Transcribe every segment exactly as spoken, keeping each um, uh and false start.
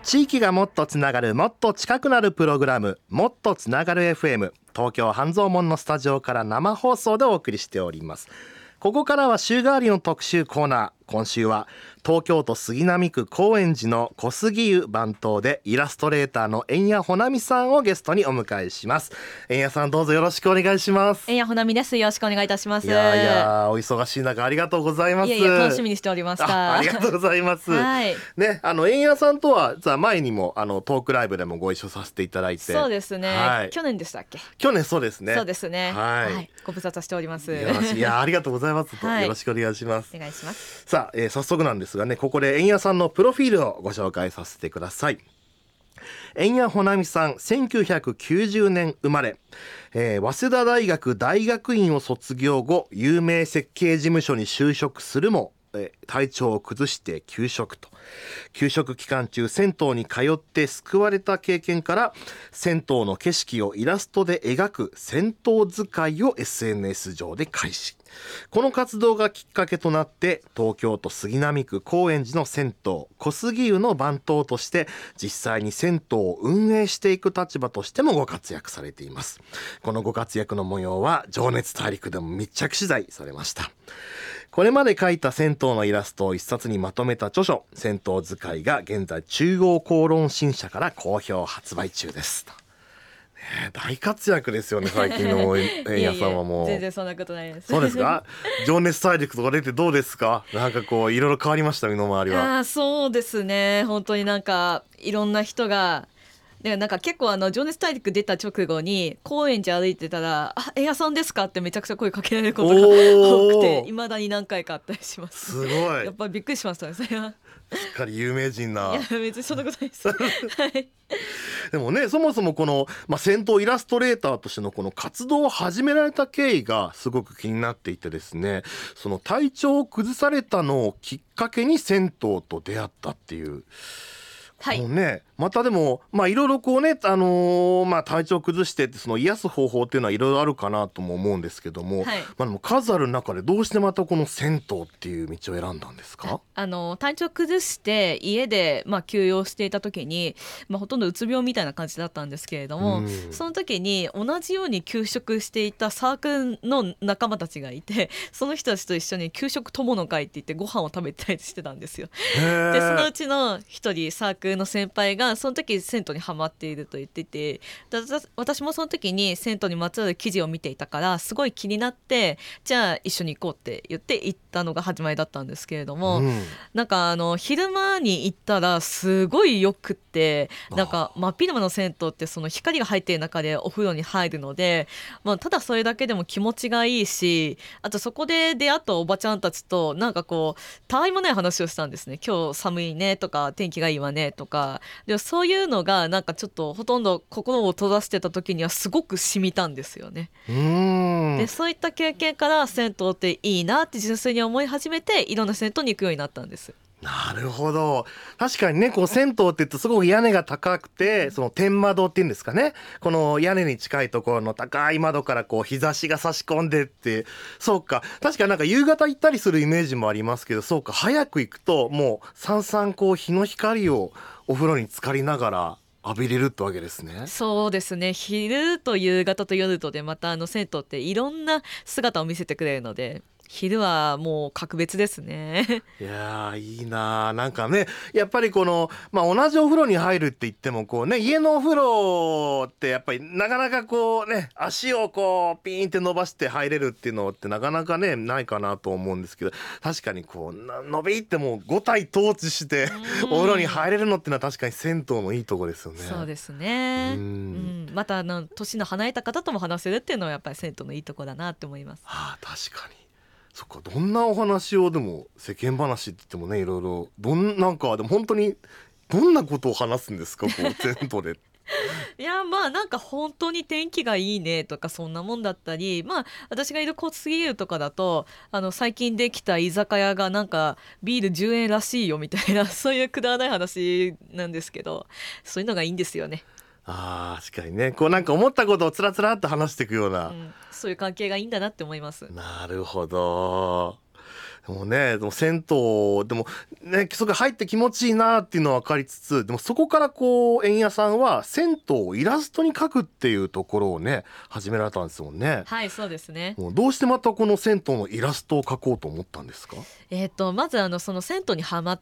地域がもっとつながる、もっと近くなるプログラム、もっとつながる エフエム、 東京半蔵門のスタジオから生放送でお送りしております。ここからは週替わりの特集コーナー。今週は東京都杉並区高円寺の小杉湯番頭でイラストレーターの円谷穂波さんをゲストにお迎えします。円谷さん、どうぞよろしくお願いします。 円谷穂波です。よろしくお願いいたします。 いやいや、お忙しい中ありがとうございます。 いやいや、楽しみにしておりました。 あ, ありがとうございます、 はいね、あの円谷さんとは前にもあのトークライブでもご一緒させていただいて。 そうですね、はい、去年でしたっけ。 去年、そうですね。 そうですね、 はい、 はい、ご無沙汰しております。 よろしいやありがとうございます、はい、よろしくお願いします。 お願いします。 さあ、えー、早速なんですがね、ここで円谷さんのプロフィールをご紹介させてください。円谷穂波さん、せんきゅうひゃくきゅうじゅうねん生まれ、えー、早稲田大学大学院を卒業後、有名設計事務所に就職するも体調を崩して休職と。休職期間中、銭湯に通って救われた経験から、銭湯の景色をイラストで描く銭湯使いを エスエヌエス 上で開始。この活動がきっかけとなって、東京都杉並区高円寺の銭湯小杉湯の番頭として実際に銭湯を運営していく立場としてもご活躍されています。このご活躍の模様は情熱大陸でも密着取材されました。これまで描いた銭湯のイラストを一冊にまとめた著書、銭湯使いが現在中央公論新社から好評発売中です。ね、大活躍ですよね、最近の円谷さんは。もういやいや、全然そんなことないです。 そうですか。情熱大陸とか出てどうですか。なんかこういろいろ変わりました、身の回りは。 あ、そうですね、本当になんかいろんな人がで、なんか結構あの情熱大陸出た直後に高円寺歩いてたら、あ、円谷さんですかってめちゃくちゃ声かけられることが多くて、未だに何回かあったりします。 すごい。 やっぱりびっくりしましたね、それは。 しっかり有名人な。 いや、別にそんなことないです。はい。 でもね、そもそもこの、まあ、銭湯イラストレーターとしてのこの活動を始められた経緯がすごく気になっていてですね、その体調を崩されたのをきっかけに銭湯と出会ったっていう。はい、もうね、またでもまあいろいろこうね、あのー、まあ体調崩してってその癒す方法っていうのはいろいろあるかなとも思うんですけども、はい、まあでも数ある中でどうしてまたこの銭湯っていう道を選んだんですか。 あの体調崩して家でまあ休養していた時に、まあ、ほとんどうつ病みたいな感じだったんですけれども、その時に同じように休職していたサークルの仲間たちがいて、その人たちと一緒に給食友の会って言ってご飯を食べたりしてたんですよ。でそのうちの一人サークルの先輩がその時銭湯にハマっていると言ってて、私もその時に銭湯にまつわる記事を見ていたからすごい気になって、じゃあ一緒に行こうって言って行ったのが始まりだったんですけれども、うん、なんかあの昼間に行ったらすごいよくって、なんか真っ昼間の銭湯ってその光が入っている中でお風呂に入るので、まあ、ただそれだけでも気持ちがいいし、あとそこで出会ったおばちゃんたちとなんかこうたわいもない話をしたんですね。今日寒いねとか天気がいいわねとかで、そういうのがなんかちょっとほとんど心を閉ざしてた時にはすごく染みたんですよね。 うーん、 でそういった経験から銭湯っていいなって純粋に思い始めて、いろんな銭湯に行くようになったんです。 なるほど。確かにね、こう銭湯って言うとすごく屋根が高くて、その天窓っていうんですかね、この屋根に近いところの高い窓からこう日差しが差し込んでって、そうか、確かになんか夕方行ったりするイメージもありますけど、そうか、早く行くともうさんさんこう日の光をお風呂に浸かりながら浴びれるってわけですね。 そうですね、昼と夕方と夜とでまたあの銭湯っていろんな姿を見せてくれるので、昼はもう格別ですね。 いやー、いいなー。なんかね、やっぱりこの、まあ、同じお風呂に入るって言ってもこうね、家のお風呂ってやっぱりなかなかこうね、足をこうピーンって伸ばして入れるっていうのってなかなかねないかなと思うんですけど、確かにこう伸びってもうご体統治してお風呂に入れるのってのは確かに銭湯のいいとこですよね。 そうですね。うん、うん、またあの年の離れた方とも話せるっていうのはやっぱり銭湯のいいとこだなって思います。 はあ、確かに。そっか、どんなお話をでも世間話って言ってもね、いろいろどんなんかでも本当にどんなことを話すんですか、こう銭湯で。 いや、まあなんか本当に天気がいいねとかそんなもんだったり、まあ私がいる小杉湯とかだと、あの最近できた居酒屋がなんかビールじゅうえんらしいよみたいな、そういうくだらない話なんですけど、そういうのがいいんですよね。 あー、確かにね、こうなんか思ったことをつらつらっと話していくような、 うん、そういう関係がいいんだなって思います。 なるほど。 でもね、でも銭湯でもね、そこ入って気持ちいいなっていうのは分かりつつ、でもそこからこう円谷さんは銭湯をイラストに描くっていうところをね始められたんですもんね。 はい、そうですね。 もうどうしてまたこの銭湯のイラストを描こうと思ったんですか？ えー、とまずあのその銭湯にはまって、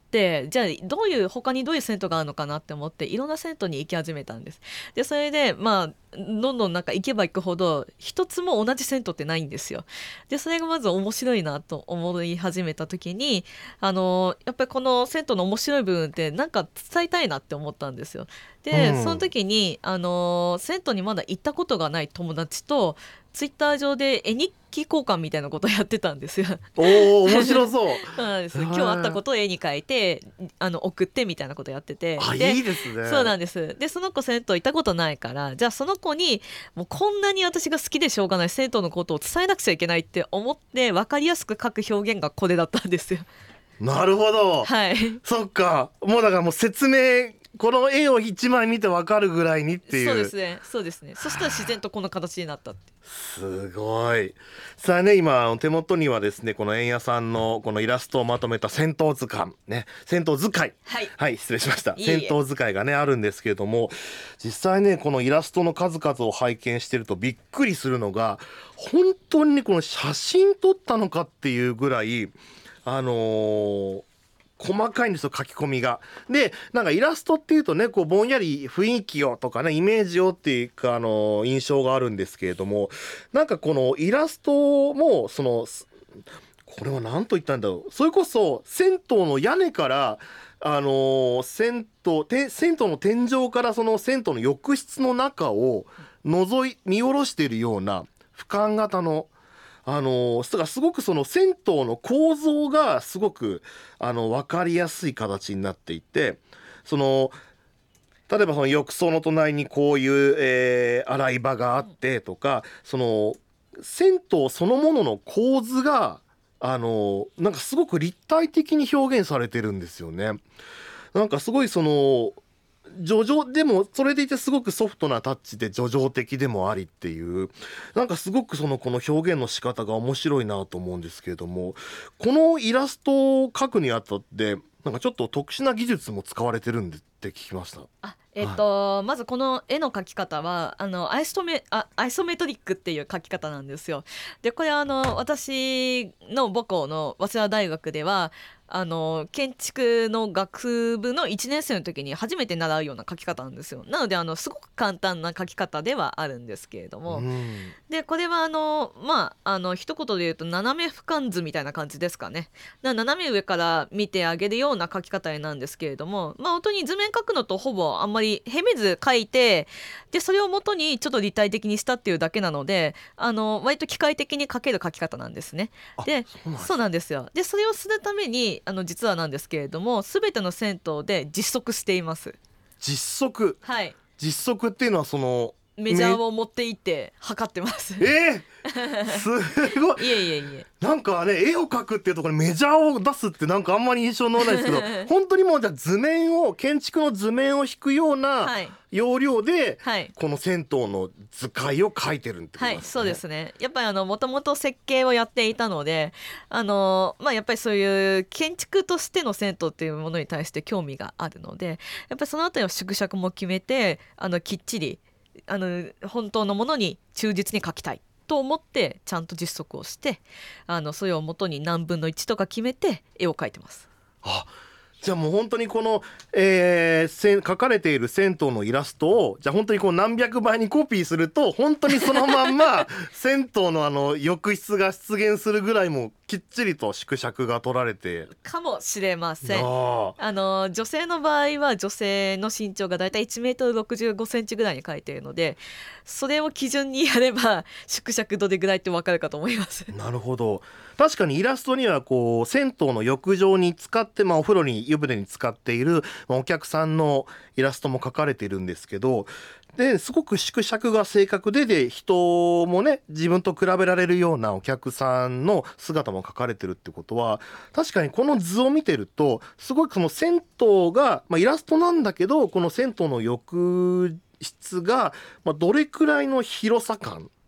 じゃあどういう他にどういう銭湯があるのかなって思っていろんな銭湯に行き始めたんです。でそれでまあどんどんなんか行けば行くほど一つも同じ銭湯ってないんですよ。でそれがまず面白いなと思い始めた時に、あのやっぱりこの銭湯の面白い部分ってなんか伝えたいなって思ったんですよ。で、 うんその時にあの銭湯にまだ行ったことがない友達とツイッター上で絵日記交換みたいなことをやってたんですよ。 おー面白そうそうなんです。 へー今日あったことを絵に描いてあの送ってみたいなことやってて、 あ、 でいいですね。 そうなんです。でその子銭湯行ったことないから、じゃあその子にもうこんなに私が好きでしょうがない銭湯のことを伝えなくちゃいけないって思って分かりやすく書く表現がこれだったんですよ。 なるほど、 はいそっか、もうだからもう説明、この絵を一枚見てわかるぐらいにっていう。 そうですねそうですね。そしたら自然とこの形になったって。 すごい。さあね、今手元にはですねこの円谷さんのこのイラストをまとめた銭湯図鑑ね、銭湯使い、 はいはい、失礼しました。 いえいえ銭湯使いがねあるんですけれども、実際ねこのイラストの数々を拝見してるとびっくりするのが、本当にねこの写真撮ったのかっていうぐらいあのー細かいんですよ、書き込みが。でなんかイラストっていうとねこうぼんやり雰囲気をとかねイメージをっていうかあの印象があるんですけれども、なんかこのイラストもそのこれは何と言ったんだろう、それこそ銭湯の屋根からあのー銭湯て銭湯の天井からその銭湯の浴室の中を覗い見下ろしているような俯瞰型のあのだからすごくその銭湯の構造がすごくあの分かりやすい形になっていて、その例えばその浴槽の隣にこういう、えー洗い場があってとか、その銭湯そのものの構図があのなんかすごく立体的に表現されてるんですよね。なんかすごいその叙情でもそれでいてすごくソフトなタッチで叙情的でもありっていう、なんかすごくそのこの表現の仕方が面白いなと思うんですけれども、このイラストを描くにあたってなんかちょっと特殊な技術も使われてるんでって聞きました。 あえっとまずこの絵の描き方はあのアイソメあアイソメトリックっていう描き方なんですよ。でこれはあの私の母校の早稲田大学ではあの建築の学部のいちねん生の時に初めて習うような描き方なんですよ。なのであのすごく簡単な描き方ではあるんですけれども、 うんでこれはあのまああの一言で言うと斜め俯瞰図みたいな感じですかね。な斜め上から見てあげるような描き方なんですけれども、まあ本当に図面描くのとほぼあんまりへめず描いて、でそれを元にちょっと立体的にしたっていうだけなので、あの割と機械的に描ける描き方なんですね。でそうなんですそうなんですよ。でそれをするためにあの実はなんですけれども、全ての銭湯で実測しています。 実測はい実測っていうのはそのメジャーを持っていって測ってます。 えー、すごい。 いえいえいえ。 なんかね絵を描くっていうところにメジャーを出すってなんかあんまり印象のないですけど本当にもうじゃあ図面を建築の図面を引くようなはい要領で、 はいこの銭湯の図解を描いてるってことですね。 はい、そうですね。やっぱりあのもともと設計をやっていたので、あのまあやっぱりそういう建築としての銭湯っていうものに対して興味があるので、やっぱりそのあたりを縮尺も決めて、あのきっちりあの本当のものに忠実に描きたいと思ってちゃんと実測をして、あのそれを元に何分のいちとか決めて絵を描いてます。 あ、じゃあもう本当にこの、えー、せ描かれている銭湯のイラストをじゃあ本当にこう何百倍にコピーすると本当にそのまんま銭湯のあの浴室が出現するぐらいもきっちりと縮尺が取られて、 かもしれません。 ああの女性の場合は女性の身長がだいたいいちメートルろくじゅうごセンチぐらいに書いているので、それを基準にやれば縮尺どれぐらいって分かるかと思います。 なるほど。確かにイラストにはこう銭湯の浴場に使って、まあ、お風呂に湯船に使っている、まあ、お客さんのイラストも描かれているんですけど、ですごく縮尺が正確でで人もね自分と比べられるようなお客さんの姿も描かれてるってことは、確かにこの図を見てるとすごいその銭湯が、まあ、イラストなんだけどこの銭湯の浴室が、まあ、どれくらいの広さ感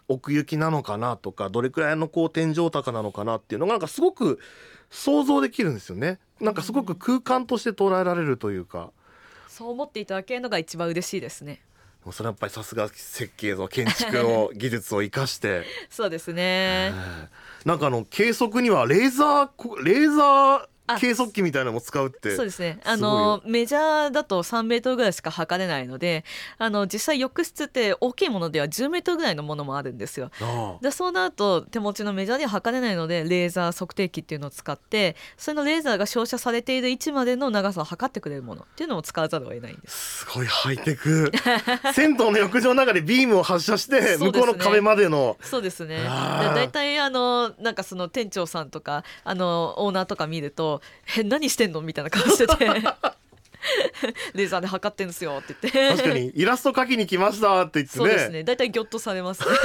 奥行きなのかなとか、どれくらいのこう天井高なのかなっていうのがなんかすごく想像できるんですよね。なんかすごく空間として捉えられるというか、 そう思っていただけるのが一番嬉しいですね。 もうそれはやっぱりさすが設計の建築の技術を生かしてそうですね。 なんかあの計測にはレーザーこレーザー計測器みたいなのも使うって。 そうですね、あのメジャーだとさんメートルぐらいしか測れないので、あの実際浴室って大きいものではじゅうメートルぐらいのものもあるんですよ。 ああでそうなると手持ちのメジャーでは測れないので、レーザー測定器っていうのを使って、そのレーザーが照射されている位置までの長さを測ってくれるものっていうのを使わざるを得ないんです。 すごいハイテク銭湯の浴場の中でビームを発射して向こうの壁までの。 そうですね。であーだいたいあのなんかその店長さんとかあのオーナーとか見ると「え何してんの?」みたいな顔しててレーザーで測ってんですよって言って確かにイラスト描きに来ましたって言ってね。 そうですね、だいたいギョッとされますね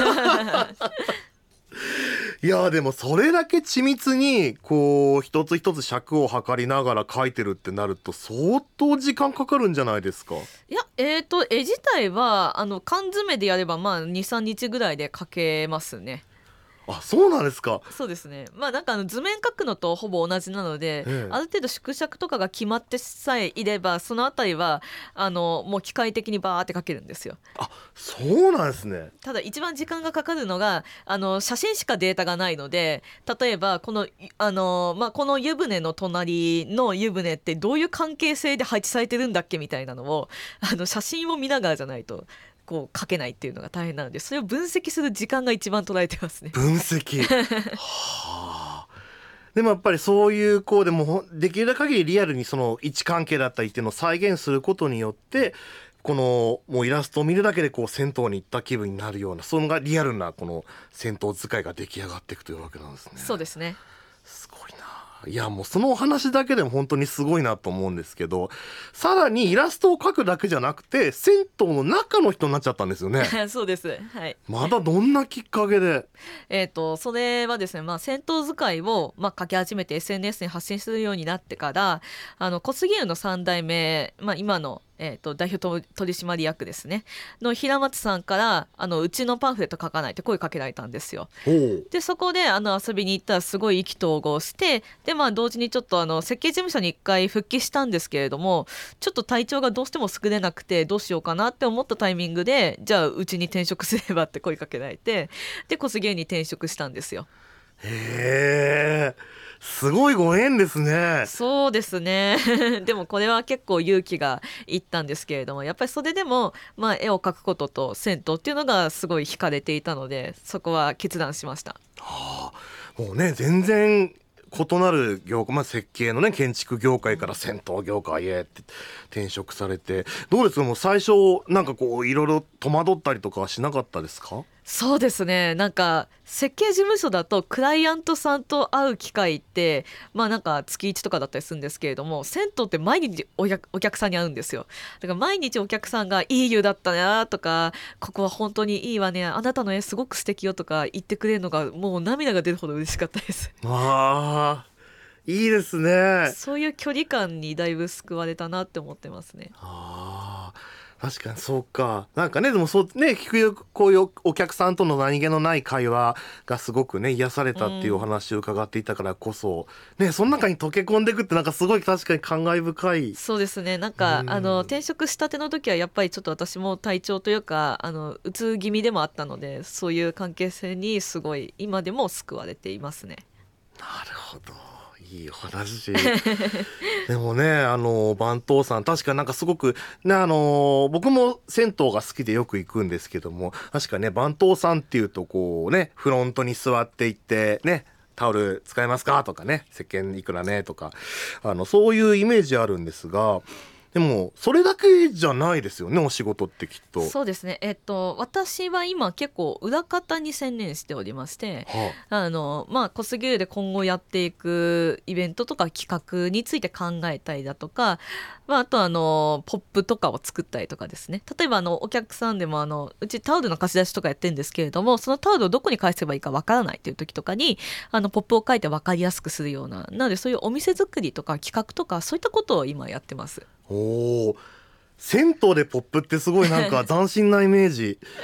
いやーでもそれだけ緻密にこう一つ一つ尺を測りながら描いてるってなると相当時間かかるんじゃないですか。 いやえーと絵自体はあの缶詰でやればまあ にさんにちぐらいで描けますね。 あ、そうなんですか。 そうですね、まあなんかあの図面描くのとほぼ同じなので、 ええある程度縮尺とかが決まってさえいれば、そのあたりはあのもう機械的にバーって描けるんですよ。 あ、そうなんですね。 ただ一番時間がかかるのがあの写真しかデータがないので、例えばこのあの、まあ、この湯船の隣の湯船ってどういう関係性で配置されてるんだっけみたいなのをあの写真を見ながらじゃないとこう書けないっていうのが大変なので、それを分析する時間が一番取られてますね。 分析はあ。でもやっぱりそういうこうでもほんできる限りリアルにその位置関係だったりっていうのを再現することによってこのもうイラストを見るだけでこう銭湯に行った気分になるような、そのがリアルなこの銭湯使いが出来上がっていくというわけなんですね。 そうですね。 すごいな。いやもうそのお話だけでも本当にすごいなと思うんですけど、さらにイラストを描くだけじゃなくて銭湯の中の人になっちゃったんですよねそうです、はい。 まだどんなきっかけで。 えー、とそれはですね、まあ、銭湯使いを、まあ、書き始めて エスエヌエス に発信するようになってからあの小杉湯のさん代目、まあ、今の、えー、と代表取締役ですねの平松さんからあのうちのパンフレット書かないって声かけられたんですよ。 おうでそこであの遊びに行ったらすごい意気投合して、で、まあ、同時にちょっとあの設計事務所にいっかい復帰したんですけれども、ちょっと体調がどうしても優れなくてどうしようかなって思ったタイミングで、じゃあうちに転職すればって声かけられて、で小杉湯に転職したんですよ。 へえ、すごいご縁ですね。 そうですねでもこれは結構勇気がいったんですけれども、やっぱりそれでも、まあ、絵を描くことと銭湯っていうのがすごい惹かれていたので、そこは決断しました。 はあ、もうね全然異なる業界、まあ、設計のね建築業界から銭湯業界へって転職されて、どうですか、もう最初なんかこういろいろ戸惑ったりとかはしなかったですか。 そうですね、なんか設計事務所だとクライアントさんと会う機会ってまあなんか月いちとかだったりするんですけれども、銭湯って毎日お客お客さんに会うんですよ。だから毎日お客さんがいい湯だったなとか、ここは本当にいいわね、あなたの絵すごく素敵よとか言ってくれるのがもう涙が出るほど嬉しかったですあーいいですね。 そういう距離感にだいぶ救われたなって思ってますね。 あー確かにそうか。なんかねでもそうね聞くよこういうお客さんとの何気のない会話がすごくね癒されたっていうお話を伺っていたからこそ、ねその中に溶け込んでいくってなんかすごい確かに感慨深い。 そうですね、なんか、 うんあの転職したての時はやっぱりちょっと私も体調というかあのうつ気味でもあったので、そういう関係性にすごい今でも救われていますね。 なるほど、いいお話でもねあの番頭さん確かなんかすごくねあの僕も銭湯が好きでよく行くんですけども、確かね番頭さんっていうとこうねフロントに座っていってねタオル使えますかとかね石鹸いくらねとかあのそういうイメージあるんですが、でもそれだけじゃないですよねお仕事ってきっと。 そうですね、えっと私は今結構裏方に専念しておりまして、 はあのまあ小杉湯で今後やっていくイベントとか企画について考えたりだとか、まあ、あとあのポップとかを作ったりとかですね、例えばあのお客さんでもあのうちタオルの貸し出しとかやってるんですけれども、そのタオルをどこに返せばいいかわからないという時とかにあのポップを書いて分かりやすくするような、なのでそういうお店作りとか企画とかそういったことを今やってます。 おー銭湯でポップってすごいなんか斬新なイメージ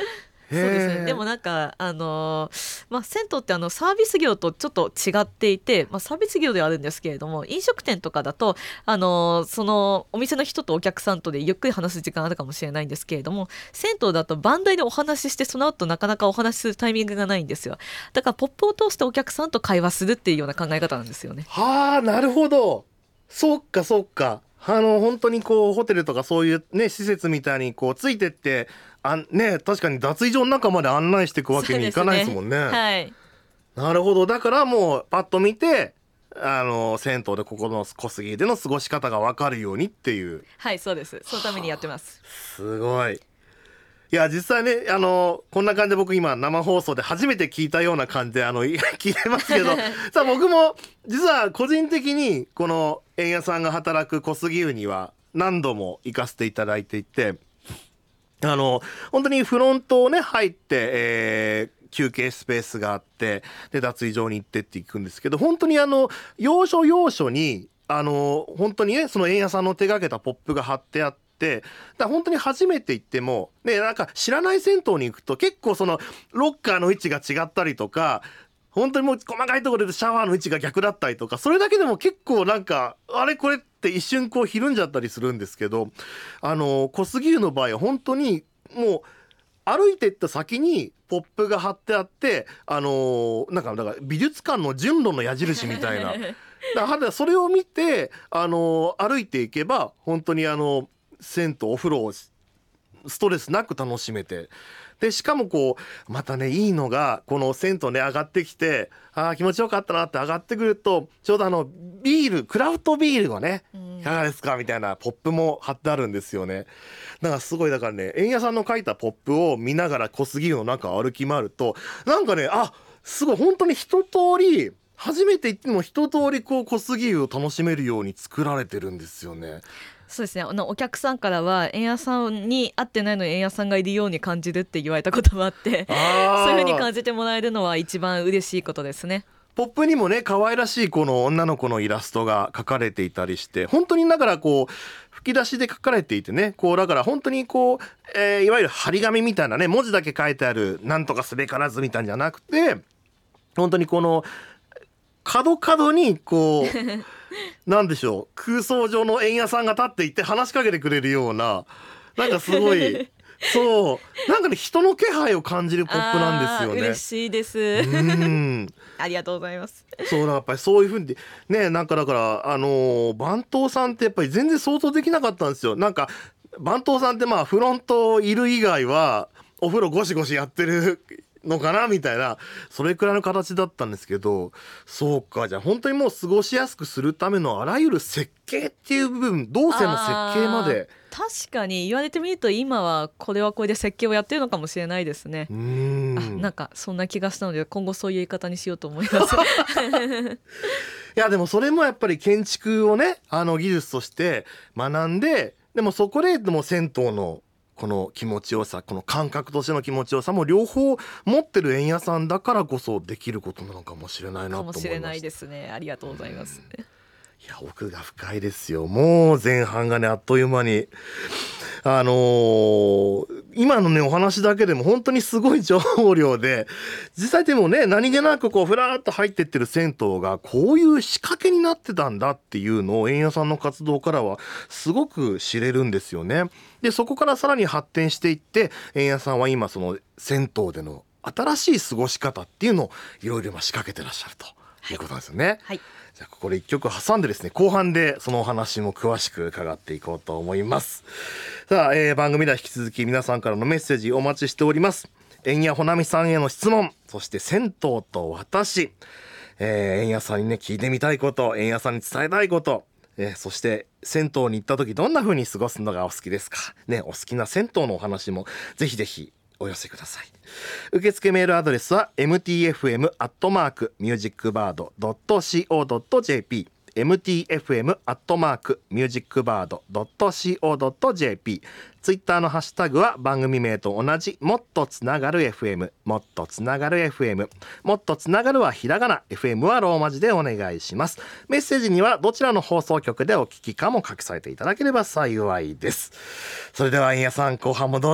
そうですね。でもなんかあのーまあ、銭湯ってあのサービス業とちょっと違っていて、まあ、サービス業ではあるんですけれども、飲食店とかだと、あのーそのお店の人とお客さんとでゆっくり話す時間あるかもしれないんですけれども、銭湯だと番台でお話しして、その後なかなかお話しするタイミングがないんですよ。だからポップを通してお客さんと会話するっていうような考え方なんですよね。 はあ、なるほど。そっかそっか。あの本当にこうホテルとかそういうね施設みたいにこうついてってあね、確かに脱衣所の中まで案内していくわけにいかないですもんね。 はい。 なるほど。だからもうパッと見てあの銭湯でここの小杉での過ごし方が分かるようにっていう。 はい、そうです。そのためにやってます。 すごい。いや実際ね、あのこんな感じで僕今生放送で初めて聞いたような感じであの聞いてますけどさあ僕も実は個人的にこの円谷さんが働く小杉湯には何度も行かせていただいていて、あの本当にフロントをね入って、えー休憩スペースがあってで脱衣場に行ってって行くんですけど、本当にあの要所要所にあの本当にねその円谷さんの手掛けたポップが貼ってあって、だから本当に初めて行ってもね、なんか知らない銭湯に行くと結構そのロッカーの位置が違ったりとか、本当にもう細かいところでシャワーの位置が逆だったりとか、それだけでも結構なんかあれこれって一瞬こうひるんじゃったりするんですけど、あの小杉湯の場合は本当にもう歩いていった先にポップが貼ってあって、あのー、なんかだから美術館の順路の矢印みたいなだからそれを見て、あのー、歩いていけば本当にあの銭湯お風呂をストレスなく楽しめて、でしかもこうまたねいいのがこの銭湯ね上がってきて、あー気持ちよかったなって上がってくるとちょうどあのビールクラフトビールをね、いかがですかみたいなポップも貼ってあるんですよね。だからすごいだからね円谷さんの書いたポップを見ながら小杉湯の中を歩き回るとなんかね、あすごい本当に一通り初めて行っても一通りこう小杉湯を楽しめるように作られてるんですよね。 そうですね。あのお客さんからは円谷さんに会ってないのに円谷さんがいるように感じるって言われたこともあってそういう風に感じてもらえるのは一番嬉しいことですね。 ポップにもね可愛らしいこの女の子のイラストが描かれていたりして、本当にだからこう吹き出しで書かれていてね、こうだから本当にこう、えー、いわゆる張り紙みたいなね文字だけ書いてあるなんとかすべからずみたいじゃなくて、本当にこの角角にこうなんでしょう、空想上の円谷さんが立っていて話しかけてくれるような、なんかすごいそうなんかね人の気配を感じるポップなんですよね。 嬉しいです。 うんありがとうございます。 そうだやっぱりそういう風にね、なんかだからあのー、番頭さんってやっぱり全然想像できなかったんですよ。なんか番頭さんってまあフロントいる以外はお風呂ゴシゴシやってるのかなみたいな、それくらいの形だったんですけど、そうか、じゃあ本当にもう過ごしやすくするためのあらゆる設計っていう部分、動線の設計まで。 確かに言われてみると今はこれはこれで設計をやってるのかもしれないですね。 うーん、 あなんかそんな気がしたので今後そういう言い方にしようと思いますいやでもそれもやっぱり建築をねあの技術として学んで、でもそこででも銭湯のこの気持ちよさ、この感覚としての気持ちよさも両方持ってる円谷さんだからこそできることなのかもしれないなと思いました。 かもしれないですね。ありがとうございます。 いや奥が深いですよ。もう前半がねあっという間にあのー、今のねお話だけでも本当にすごい情報量で、実際でもね何気なくこうふらーっと入ってってる銭湯がこういう仕掛けになってたんだっていうのを円谷さんの活動からはすごく知れるんですよね。でそこからさらに発展していって円谷さんは今その銭湯での新しい過ごし方っていうのをいろいろ仕掛けてらっしゃるということなんですよね。 はい、 じゃあここで一曲挟んでですね、後半でそのお話も詳しく伺っていこうと思います。さあ、えー、番組では引き続き皆さんからのメッセージお待ちしております。円谷ほなみさんへの質問、そして銭湯と私、えー、円谷さんにね聞いてみたいこと、円谷さんに伝えたいこと、えー、そして銭湯に行った時どんな風に過ごすのがお好きですかね、お好きな銭湯のお話もぜひぜひお寄せください。受付メールアドレスは エムティーエフエム アットマーク ミュージックバード ドット シーオー ドット ジェーピー エムティーエフエム アットマーク ミュージックバード ドット シーオー ドット ジェーピー。 ツイッターのハッシュタグは番組名と同じもっとつながる エフエム、 もっとつながる エフエム、 もっとつながるはひらがな、 エフエム はローマ字でお願いします。メッセージにはどちらの放送局でお聞きかも書き添えていただければ幸いです。それでは円谷さん後半もどうぞ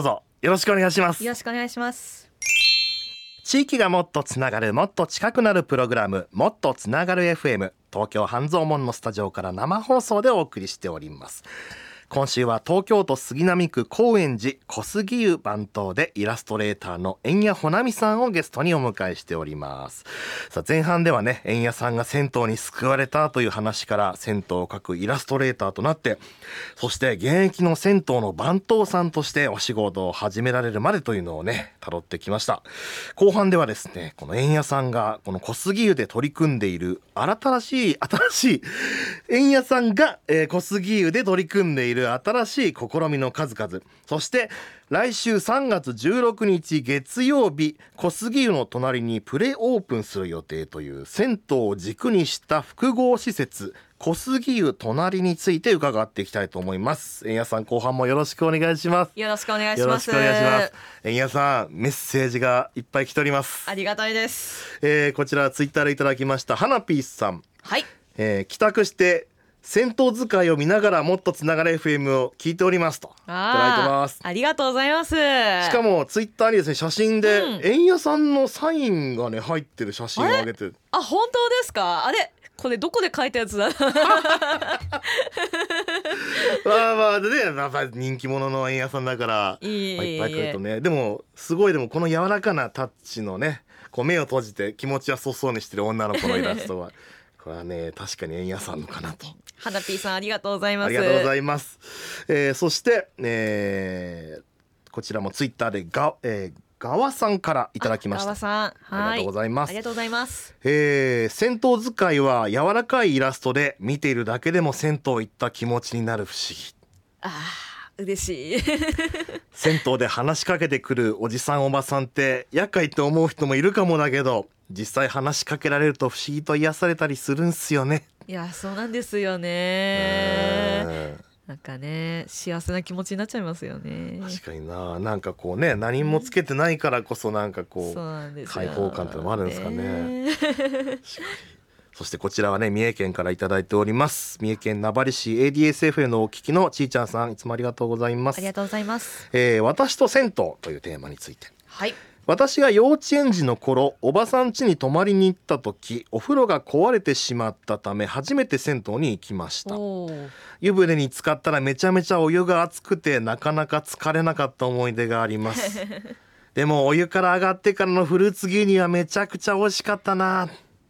よろしくお願いします。 よろしくお願いします。 地域がもっとつながる、もっと近くなるプログラム、もっとつながる エフエム、 東京半蔵門のスタジオから生放送でお送りしております。今週は東京都杉並区高円寺小杉湯番頭でイラストレーターの円谷穂波さんをゲストにお迎えしております。さあ、前半ではね、円谷さんが銭湯に救われたという話から銭湯を描くイラストレーターとなって、そして現役の銭湯の番頭さんとしてお仕事を始められるまでというのをね辿ってきました。後半ではですね、この円谷さんがこの小杉湯で取り組んでいる新しい新しい円谷さんが、えー、小杉湯で取り組んでいる新しい試みの数々、そして来週さんがつじゅうろくにち月曜日、小杉湯の隣にプレオープンする予定という銭湯を軸にした複合施設小杉湯隣について伺っていきたいと思います。円谷さん、後半もよろしくお願いします。 よろしくお願いします。 よろしくお願いします。円谷さん、メッセージがいっぱい来ております。 ありがたいです。 えー、こちらツイッターでいただきました花ピースさん。 はい、 えー、帰宅して銭湯使いを見ながらもっとつながる エフエム を聞いておりますといただいてます。 ありがとうございます。 しかもツイッターにですね、写真で円谷さんのサインがね入ってる写真を上げてる。 あ、本当ですか。あれ、これどこで書いたやつだまあまあでね、やっぱ人気者の円谷さんだからいい、まあ、いっぱい来るとね。でもすごい、でもこの柔らかなタッチのね、こう目を閉じて気持ちはそそうにしてる女の子のイラストはこれはね、確かに円谷さんのかなと。 花ピーさん、ありがとうございます。 ありがとうございます。えー、そして、えー、こちらもツイッターでが、えー、ガワさんからいただきました。 ガワさん、 ありがとうございます。 ありがとうございます。 えー、銭湯使いは柔らかいイラストで見ているだけでも銭湯行った気持ちになる不思議。 あー、嬉しい銭湯で話しかけてくるおじさんおばさんって厄介って思う人もいるかもだけど、実際話しかけられると不思議と癒されたりするんすよね。 いや、そうなんですよね。なんかね、幸せな気持ちになっちゃいますよね。 確かにな。なんかこうね、何もつけてないからこそなんかこう、 そうなんですよ、 開放感ってのもあるんですかね。そしてこちらはね、三重県からいただいております。三重県名張市 エーディーエスエフ へのお聞きのちーちゃんさん、いつもありがとうございます。 ありがとうございます。 えー、私と銭湯というテーマについて。 はい。 私が幼稚園児の頃、おばさん家に泊まりに行った時、お風呂が壊れてしまったため初めて銭湯に行きました。湯船に浸かったらめちゃめちゃお湯が熱くてなかなか疲れなかった思い出がありますでもお湯から上がってからのフルーツ牛乳はめちゃくちゃ美味しかったな。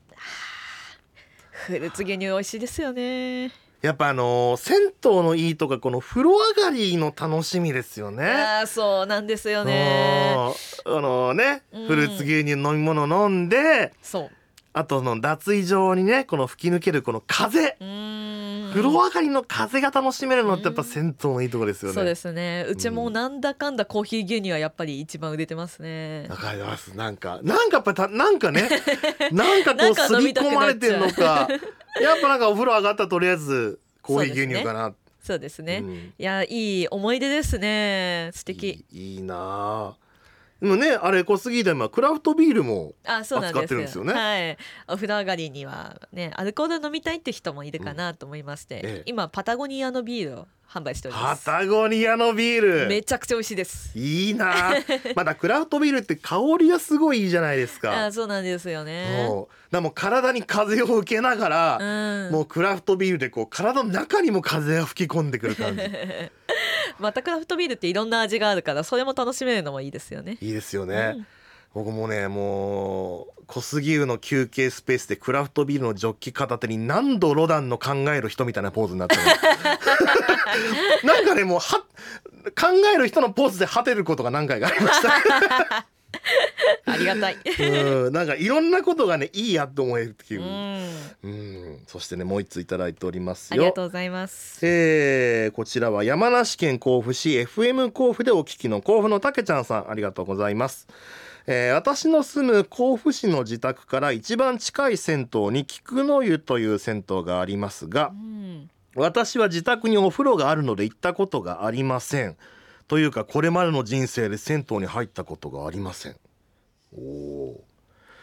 フルーツ牛乳美味しいですよね。 やっぱあのー、銭湯のいいとか、この風呂上がりの楽しみですよね。 あ、そうなんですよね。 あのね、うん、フルーツ牛乳飲み物飲んで、 そう、 あとの脱衣場にね、この吹き抜けるこの風、うーん、風呂上がりの風が楽しめるのってやっぱ銭湯のいいところですよね。 そうですね。うちもなんだかんだコーヒー牛乳はやっぱり一番売れてますね。 わかります。なんかなんかやっぱたなんかねなんかこう刷り込まれてるのかやっぱなんかお風呂上がったらとりあえずコーヒー牛乳かな。 そうですね、うん、いや、いい思い出ですね。素敵。 いい、いいな。でもね、あれ小杉でもクラフトビールも扱ってるんですよね。 はい、お風呂上がりにはね、アルコール飲みたいって人もいるかなと思いまして、うん、ええ、今パタゴニアのビールを販売しております。 パタゴニアのビールめちゃくちゃ美味しいです。 いいなまだクラフトビールって香りがすごいいいじゃないですか。 あ、そうなんですよね。 もうだもう体に風を受けながら、うん、もうクラフトビールでこう体の中にも風が吹き込んでくる感じまたクラフトビールっていろんな味があるからそれも楽しめるのもいいですよね。 いいですよね、うん、僕もね、もう小杉湯の休憩スペースでクラフトビールのジョッキ片手に何度ロダンの考える人みたいなポーズになってるなんかね、もうは考える人のポーズで果てることが何回かありましたありがたいうん、なんかいろんなことがねいいやと思えるっていう、うん、うん、そしてね、もう一ついただいておりますよ。 ありがとうございます。 えー、こちらは山梨県甲府市 エフエム 甲府でお聞きの甲府のたけちゃんさん、ありがとうございます。えー、私の住む甲府市の自宅から一番近い銭湯に菊の湯という銭湯がありますが、うん、私は自宅にお風呂があるので行ったことがありません。というかこれまでの人生で銭湯に入ったことがありません。おー、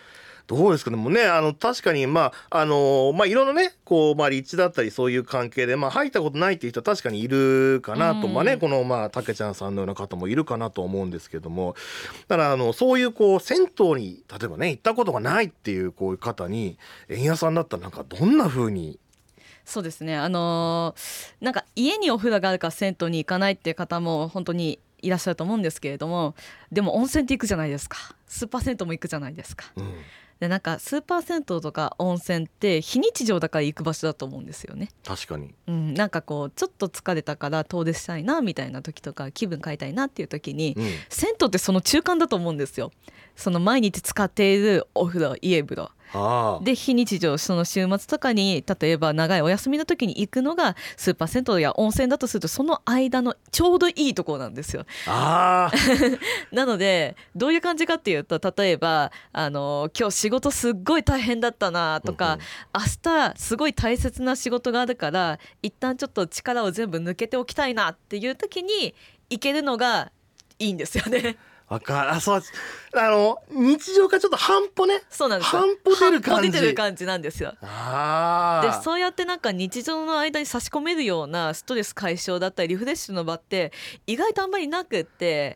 どうですかね。もうね、あの確かにまああのまあいろんなねこうまあ立地だったりそういう関係でまあ入ったことないっていう人は確かにいるかなと、 うんまあねこのまあたけちゃんさんのような方もいるかなと思うんですけども、だからあのそういうこう銭湯に例えばね行ったことがないっていうこういう方に円屋さんだったらなんかどんな風に。 そうですね、あのーなんか家にお風呂があるから銭湯に行かないっていう方も本当にいらっしゃると思うんですけれども、でも温泉って行くじゃないですか。スーパー銭湯も行くじゃないですか。 うんでなんかスーパー銭湯とか温泉って非日常だから行く場所だと思うんですよね。 確かに。 うん、なんかこうちょっと疲れたから遠出したいなみたいな時とか気分変えたいなっていう時に、 うん銭湯ってその中間だと思うんですよ。その毎日使っているお風呂家風呂ああで非日常、その週末とかに例えば長いお休みの時に行くのがスーパー銭湯や温泉だとするとその間のちょうどいいところなんですよ。 ああなのでどういう感じかっていうと、例えばあの今日仕事すっごい大変だったなとか、 うんうん明日すごい大切な仕事があるから一旦ちょっと力を全部抜けておきたいなっていう時に行けるのがいいんですよね。 わかる。あ、そう、あの日常からちょっと半歩ね。 そうなんですよ。 半歩出る感じ。 半歩出てる感じなんですよ。 ああ。 でそうやってなんか日常の間に差し込めるようなストレス解消だったりリフレッシュの場って意外とあんまりなくって、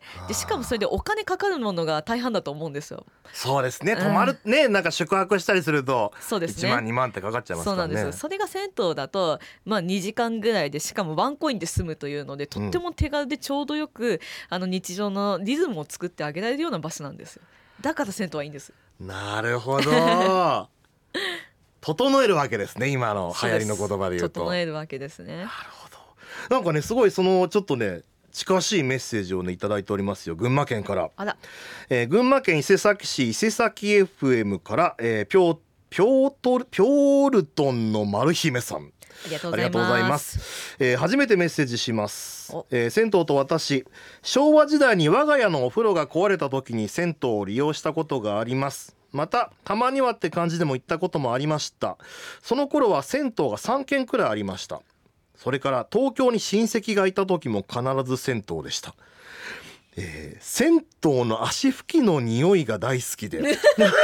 でしかもそれでお金かかるものが大半だと思うんですよ。 そうですね。 うん泊まる、ね、なんか宿泊したりするとそうですね、 いちまんにまんってかかっちゃいますからね。 そうなんですよ。それが銭湯だと、まあ、にじかんぐらいでしかもワンコインで済むというのでとっても手軽でちょうどよく、あの日常のリズムを作ってあげられるような場所なんですよ。だから銭湯はいいんです。 なるほど整えるわけですね、今の流行りの言葉で言うと。 整えるわけですね。 なるほど。なんかねすごいそのちょっとね近しいメッセージをねいただいておりますよ、群馬県から。 あら、 えー群馬県伊勢崎市伊勢崎 エフエム から、えー、ピョピョートルピョールトンの丸姫さん、 ありがとうありがとうございございま。 ますす。えー初めてメッセージしますお。 えー銭湯と私、昭和時代に我が家のお風呂が壊れた時に銭湯を利用したことがあります。またたまにはって感じでも行ったこともありました。その頃は銭湯がさんけんくらいありました。それから東京に親戚がいた時も必ず銭湯でした。えー銭湯の足拭きの匂いが大好きでい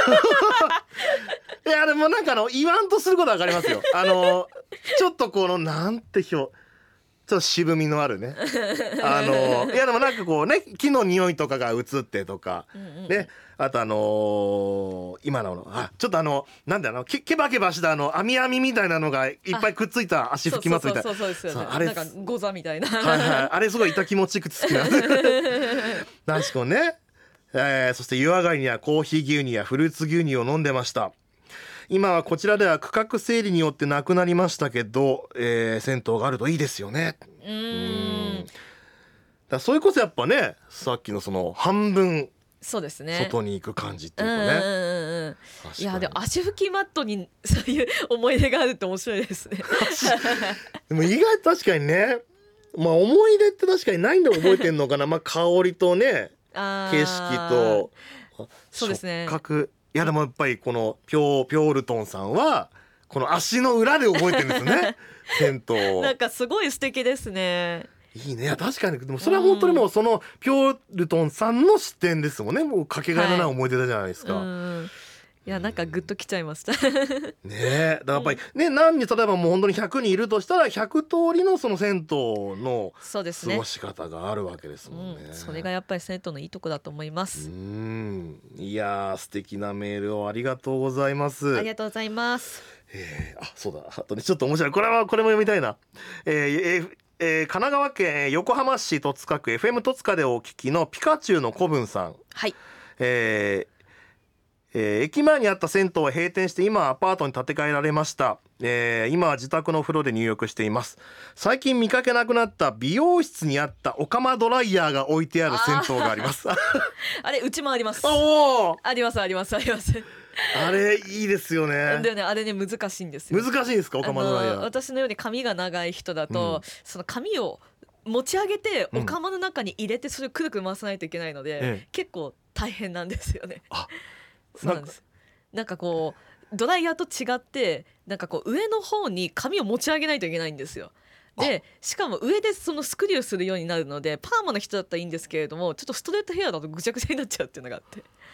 やでもなんかあの言わんとすることは分かりますよ。あのちょっとこのなんて表ちょっと渋みのあるねあのいやでもなんかこうね木の匂いとかが移ってとか、 うんうんね、あとあのー今のあちょっとあのなんだろうケケバケバしたあの網網みたいなのがいっぱいくっついた足拭きますみたいな。 そうそうそうそうそうですよね。 そうあれなんかゴザみたいな。 はいはい、あれすごい痛気持ちくて好きなんです確かにね、えーそして湯上がりにはコーヒー牛乳やフルーツ牛乳を飲んでました。今はこちらでは区画整理によってなくなりましたけど、えー銭湯があるといいですよね。 うーん、 だからそれこそやっぱねさっきのその半分そうですね。 外に行く感じっていうかね、 うんうんうんうん。 確かにいやでも足拭きマットにそういう思い出があるって面白いですね。 でも意外と確かにね、まあ思い出って確かにないんで覚えてんのかなまあ香りとねあー景色とそうですね触覚。いやでもやっぱりこのピョーピョールトンさんはこの足の裏で覚えてるんですね銭湯なんかすごい素敵ですね。 いいね。いや確かにでもそれは本当にもうそのピョールトンさんの視点ですもんね。もうかけがえのない思い出だじゃないですか、 うんいやなんかグッときちゃいました。 ねえだからやっぱりね何人例えばもう本当にひゃくにんいるとしたらひゃく通りのその銭湯のそうですね過ご。し方があるわけですもんね、 うん、それがやっぱり銭湯のいいとこだと思いまうす。 んいやー素敵なメールをありがとうございますありがとうございます。 えーあそうだあとねちょっと面白いこれはこれも読みたいな、えーえーえー神奈川県横浜市戸塚区 エフエム 戸塚でお聞きのピカチュウの古文さん、 はい。 えーえー駅前にあった銭湯は閉店して今はアパートに建て替えられました、えー今は自宅の風呂で入浴しています。最近見かけなくなった美容室にあったオカマドライヤーが置いてある銭湯がありますあれうちもあります。 おーありますありますあります。 あれいいですよね。 でねあれね難しいんですよ。 難しいんですかオカマドライヤあのー。 私のように髪が長い人だと、 うんその髪を持ち上げてうんお釜の中に入れてそれをくるくる回さないといけないので、 ええ結構大変なんですよね。 あそうなんです。なんかこうドライヤーと違ってなんかこう上の方に髪を持ち上げないといけないんですよ。でしかも上でそのスクリューするようになるのでパーマの人だったらいいんですけれどもちょっとストレートヘアだとぐちゃぐちゃになっちゃうっていうのがあって。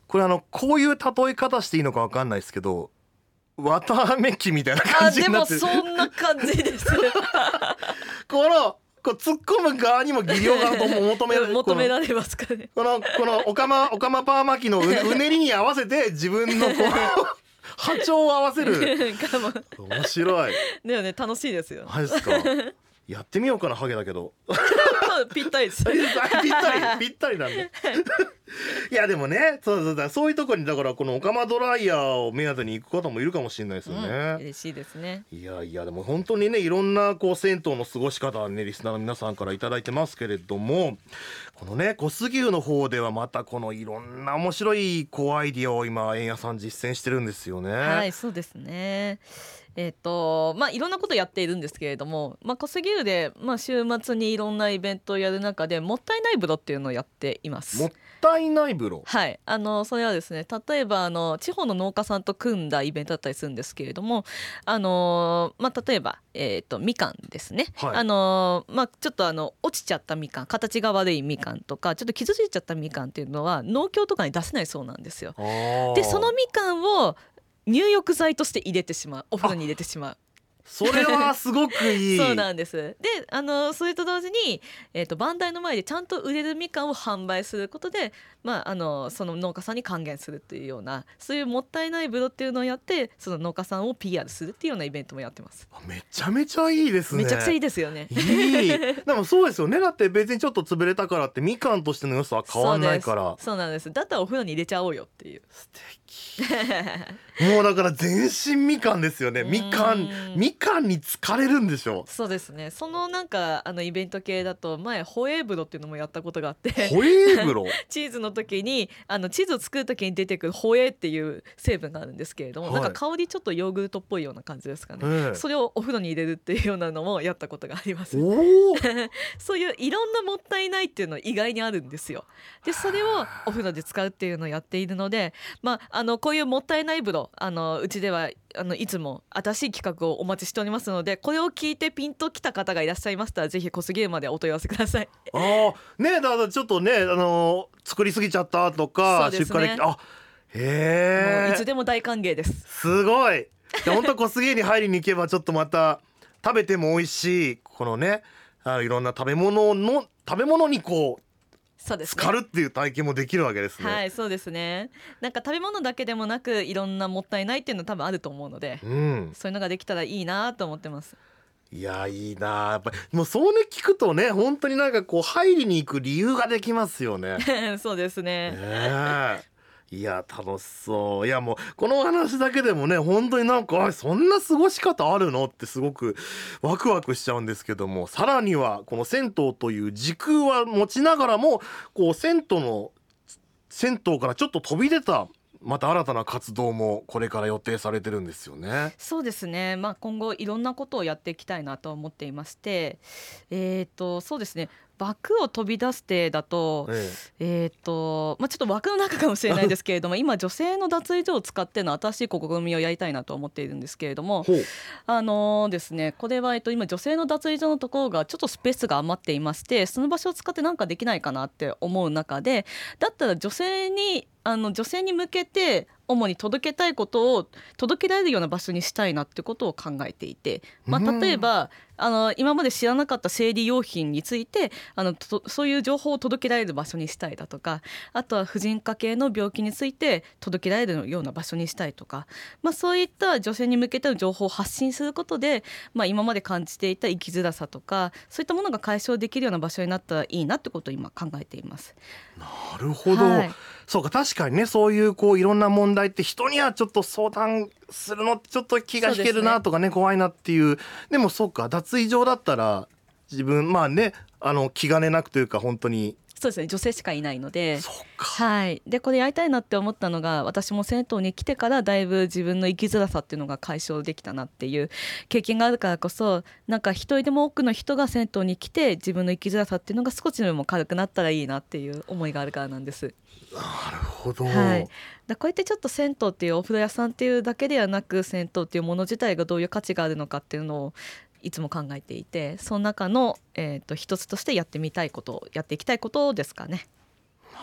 これあのこういう例え方していいのか分かんないですけど、綿あめ機みたいな感じになってる。 あでもそんな感じですこのこう突っ込む側にも技量が求められる求められますかね。 このこのオカマオカマパーマ機のううねりに合わせて自分のこう波長を合わせる。面白い。 だよね、楽しいですよ。 はいですか。やってみようかな、ハゲだけど。 ぴったりです。 ぴったりぴったりなんで。いやでもね、そうそうだ、そういうところにだからこのオカマドライヤーを目当てに行く方もいるかもしれないですよね。 うん、嬉しいですね。 いやいやでも本当にね、いろんなこう銭湯の過ごし方はね、リスナーの皆さんからいただいてますけれども、このね小杉湯の方ではまたこのいろんな面白いこうアイディアを今円谷さん実践してるんですよね。 はい、そうですね。えっとまあ、いろんなことやっているんですけれども、まあ、小杉湯で、まあ、週末にいろんなイベントをやる中でもったいない風呂っていうのをやっています。 もったいない風呂、 はい、あのそれはですね、例えばあの地方の農家さんと組んだイベントだったりするんですけれども、あの、まあ、例えば、えー、とみかんですね、 はい、 あのまあ、ちょっとあの落ちちゃったみかん、形が悪いみかんとかちょっと傷ついちゃったみかんっていうのは農協とかに出せないそうなんですよ。でそのみかんを入浴剤として入れてしまう、お風呂に入れてしまう。 それはすごくいい。 そうなんです。で、あのそれと同時に、えー、と番台の前でちゃんと売れるみかんを販売することで、まあ、あのその農家さんに還元するっていうような、そういうもったいない風呂っていうのをやって、その農家さんを ピーアール するっていうようなイベントもやってます。 めちゃめちゃいいですね。 めちゃくちゃいいですよね。 いい。でもそうですよね。だって別にちょっと潰れたからってみかんとしての良さは変わんないから。 そうです、そうなんです。だったらお風呂に入れちゃおうよっていう。 素敵。もうだから全身みかんですよね。みかんみかんに疲れるんでしょ。 そうですね。そのなんかあのイベント系だと前ホエー風呂っていうのもやったことがあって、 ホエー風呂チーズの時にあのチーズを作る時に出てくるホエーっていう成分があるんですけれども、はい、なんか香りちょっとヨーグルトっぽいような感じですかね、えー、それをお風呂に入れるっていうようなのもやったことがあります。そういういろんなもったいないっていうの意外にあるんですよ。でそれをお風呂で使うっていうのをやっているので、まあ、あのこういうもったいない風呂、あのうちではあのいつも新しい企画をお待ちしておりますので、これを聞いてピンときた方がいらっしゃいましたら、ぜひ小杉湯までお問い合わせください。 ああね、だからちょっとね、あのー、作りすぎちゃったとか、 そうですね、 出荷できあへえ、 もういつでも大歓迎です。 すごい。本当小杉湯に入りに行けばちょっとまた食べても美味しいこのね、あいろんな食べ物の食べ物にこうそうですね、 浸かるっていう体験もできるわけですね。 はい、そうですね。なんか食べ物だけでもなくいろんなもったいないっていうの多分あると思うので、うん、そういうのができたらいいなと思ってます。 いやいいな、やっぱりもうそうね聞くとね、本当になんかこう入りに行く理由ができますよね。 そうですね、 ねいや楽しそう。いやもうこの話だけでもね、本当になんかそんな過ごし方あるのってすごくワクワクしちゃうんですけども、さらにはこの銭湯という時空は持ちながらも、こう銭湯の銭湯からちょっと飛び出たまた新たな活動もこれから予定されてるんですよね。 そうですね、まあ、今後いろんなことをやっていきたいなと思っていまして、えーとそうですね、枠を飛び出してだと、えええーとまあ、ちょっと枠の中かもしれないですけれども今女性の脱衣所を使っての新しい試みをやりたいなと思っているんですけれども、あのーですね、これは、えっと、今女性の脱衣所のところがちょっとスペースが余っていまして、その場所を使って何かできないかなって思う中で、だったら女性にあの女性に向けて主に届けたいことを届けられるような場所にしたいなってことを考えていて、まあ、例えばあの今まで知らなかった生理用品についてあのとそういう情報を届けられる場所にしたいだとか、あとは婦人科系の病気について届けられるような場所にしたいとか、まあ、そういった女性に向けての情報を発信することで、まあ、今まで感じていた生きづらさとかそういったものが解消できるような場所になったらいいなってことを今考えています。 なるほど、はい、そうか、確かにね、そういうこういろんな問題って人にはちょっと相談するのってちょっと気が引けるなとか ね, ね怖いなっていう。でもそうか、脱衣場だったら自分まあね、あの気兼ねなくというか本当にそうですね、女性しかいないので、 そうか、 はい、でこれやりたいなって思ったのが、私も銭湯に来てからだいぶ自分の生きづらさっていうのが解消できたなっていう経験があるからこそ、なんか一人でも多くの人が銭湯に来て自分の生きづらさっていうのが少しでも軽くなったらいいなっていう思いがあるからなんです。 なるほど、 はい、だこうやってちょっと銭湯っていうお風呂屋さんっていうだけではなく、銭湯っていうもの自体がどういう価値があるのかっていうのをいつも考えていて、その中の、えー、と一つとしてやってみたいこと、やっていきたいことですかね。 なる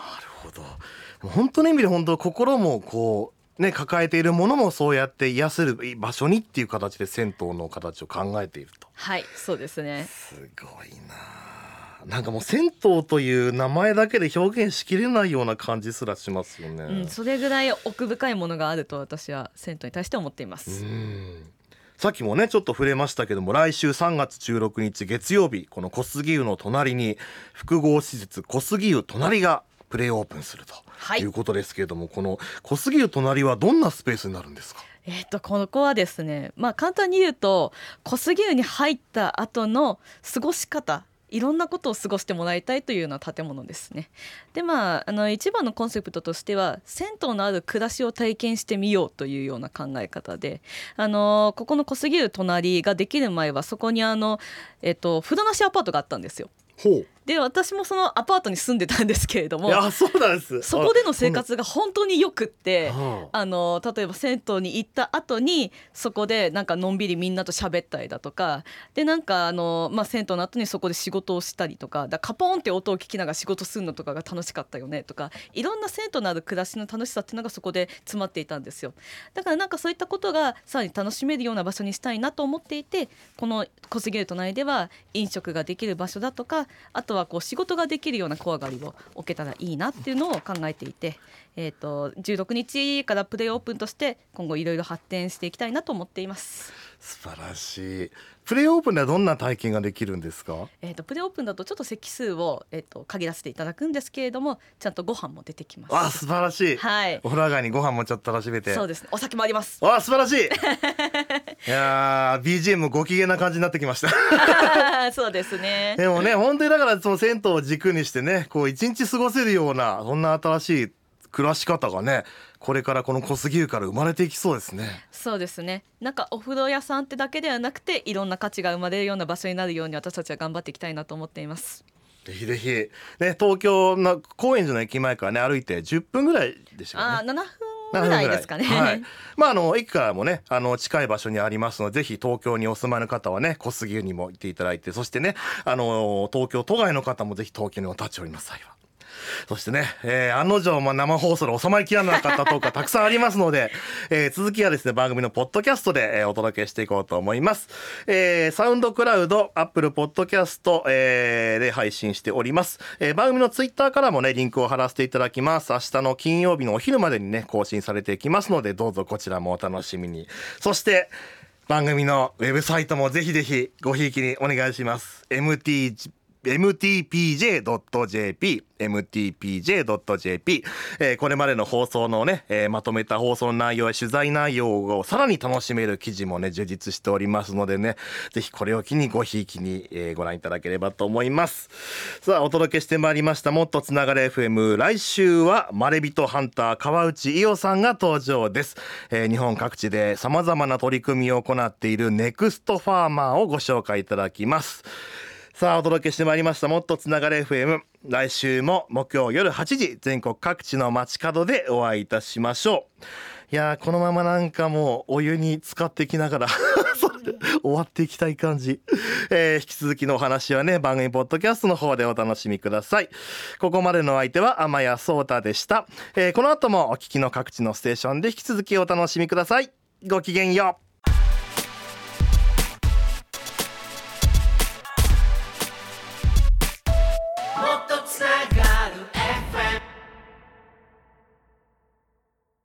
ほど。本当の意味で本当心もこうね抱えているものもそうやって癒せる場所にっていう形で銭湯の形を考えていると。 はい、そうですね。 すごいな。なんかもう銭湯という名前だけで表現しきれないような感じすらしますよね。 うん、それぐらい奥深いものがあると私は銭湯に対して思っています。 うん、さっきもねちょっと触れましたけども、来週さんがつじゅうろくにち月曜日、この小杉湯の隣に複合施設小杉湯隣がプレイオープンすると、はい、いうことですけれども、この小杉湯隣はどんなスペースになるんですか？ えー、とここはですね、まあ、簡単に言うと小杉湯に入った後の過ごし方、いろんなことを過ごしてもらいたいというような建物ですね。で、まあ、あの一番のコンセプトとしては銭湯のある暮らしを体験してみようというような考え方で、あのここの小杉湯隣ができる前はそこにあの、えっと、風呂なしアパートがあったんですよ。 ほう。 で私もそのアパートに住んでたんですけれども、 いやそうなんです。 そこでの生活が本当によくって、 ああの例えば銭湯に行った後にそこでなんかのんびりみんなと喋ったりだとかで、なんかあの、まあ、銭湯の後にそこで仕事をしたりとか、だカポーンって音を聞きながら仕事するのとかが楽しかったよねとか、いろんな銭湯のある暮らしの楽しさっていうのがそこで詰まっていたんですよ。だからなんかそういったことがさらに楽しめるような場所にしたいなと思っていて、この小杉湯隣では飲食ができる場所だとか、あとはこう仕事ができるような小上がりを置けたらいいなっていうのを考えていて、えー、とじゅうろくにちからプレイオープンとして今後いろいろ発展していきたいなと思っています。 素晴らしい。プレイオープンではどんな体験ができるんですか？ えー、とプレイオープンだとちょっと席数を、えー、と限らせていただくんですけれども、ちゃんとご飯も出てきます。 あ、素晴らしい、 はい、 お風呂上がりにご飯もちょっと楽しめて。 そうですね、お酒もあります。 あ、素晴らしいいや ビージーエム ご機嫌な感じになってきましたそうですね。 でもね本当にだからその銭湯を軸にしてね、こう一日過ごせるようなそんな新しい暮らし方がね、これからこの小杉湯から生まれていきそうですね。 そうですね、なんかお風呂屋さんってだけではなくていろんな価値が生まれるような場所になるように私たちは頑張っていきたいなと思っています。 ぜひぜひ、ね、東京の高円寺の駅前からね歩いてじゅっぷんぐらいでしたよね。 あななふんぐらいですかね。 はい、まあ、あの駅からもねあの近い場所にありますので、ぜひ東京にお住まいの方はね小杉湯にも行っていただいて、そしてねあの東京都外の方もぜひ東京にお立ち寄りの際は、そしてね、えー、案の定、まあ、生放送で収まりきらなかったとかたくさんありますので、えー、続きはですね番組のポッドキャストで、えー、お届けしていこうと思います。えー、サウンドクラウド、アップルポッドキャスト、えー、で配信しております。えー、番組のツイッターからもねリンクを貼らせていただきます。明日の金曜日のお昼までにね更新されていきますので、どうぞこちらもお楽しみに。そして番組のウェブサイトもぜひぜひごひいきにお願いします。 エムティーエムティーピージェードットジェーピー エムティーピージェードットジェーピー、えー、これまでの放送のね、えー、まとめた放送の内容や取材内容をさらに楽しめる記事もね充実しておりますのでね、ぜひこれを機にごひいきに、えー、ご覧いただければと思います。さあお届けしてまいりましたもっとつながれ エフエム、 来週はまれびとハンター川内伊代さんが登場です。えー、日本各地でさまざまな取り組みを行っているネクストファーマーをご紹介いただきます。さあお届けしてまいりましたもっとつながれ エフエム、 来週も木曜夜はちじ全国各地の街角でお会いいたしましょう。いやこのままなんかもうお湯に浸かっていきながら終わっていきたい感じ、えー、引き続きのお話はね番組ポッドキャストの方でお楽しみください。ここまでの相手は天谷壮太でした。えー、この後もお聞きの各地のステーションで引き続きお楽しみください。ごきげんよう。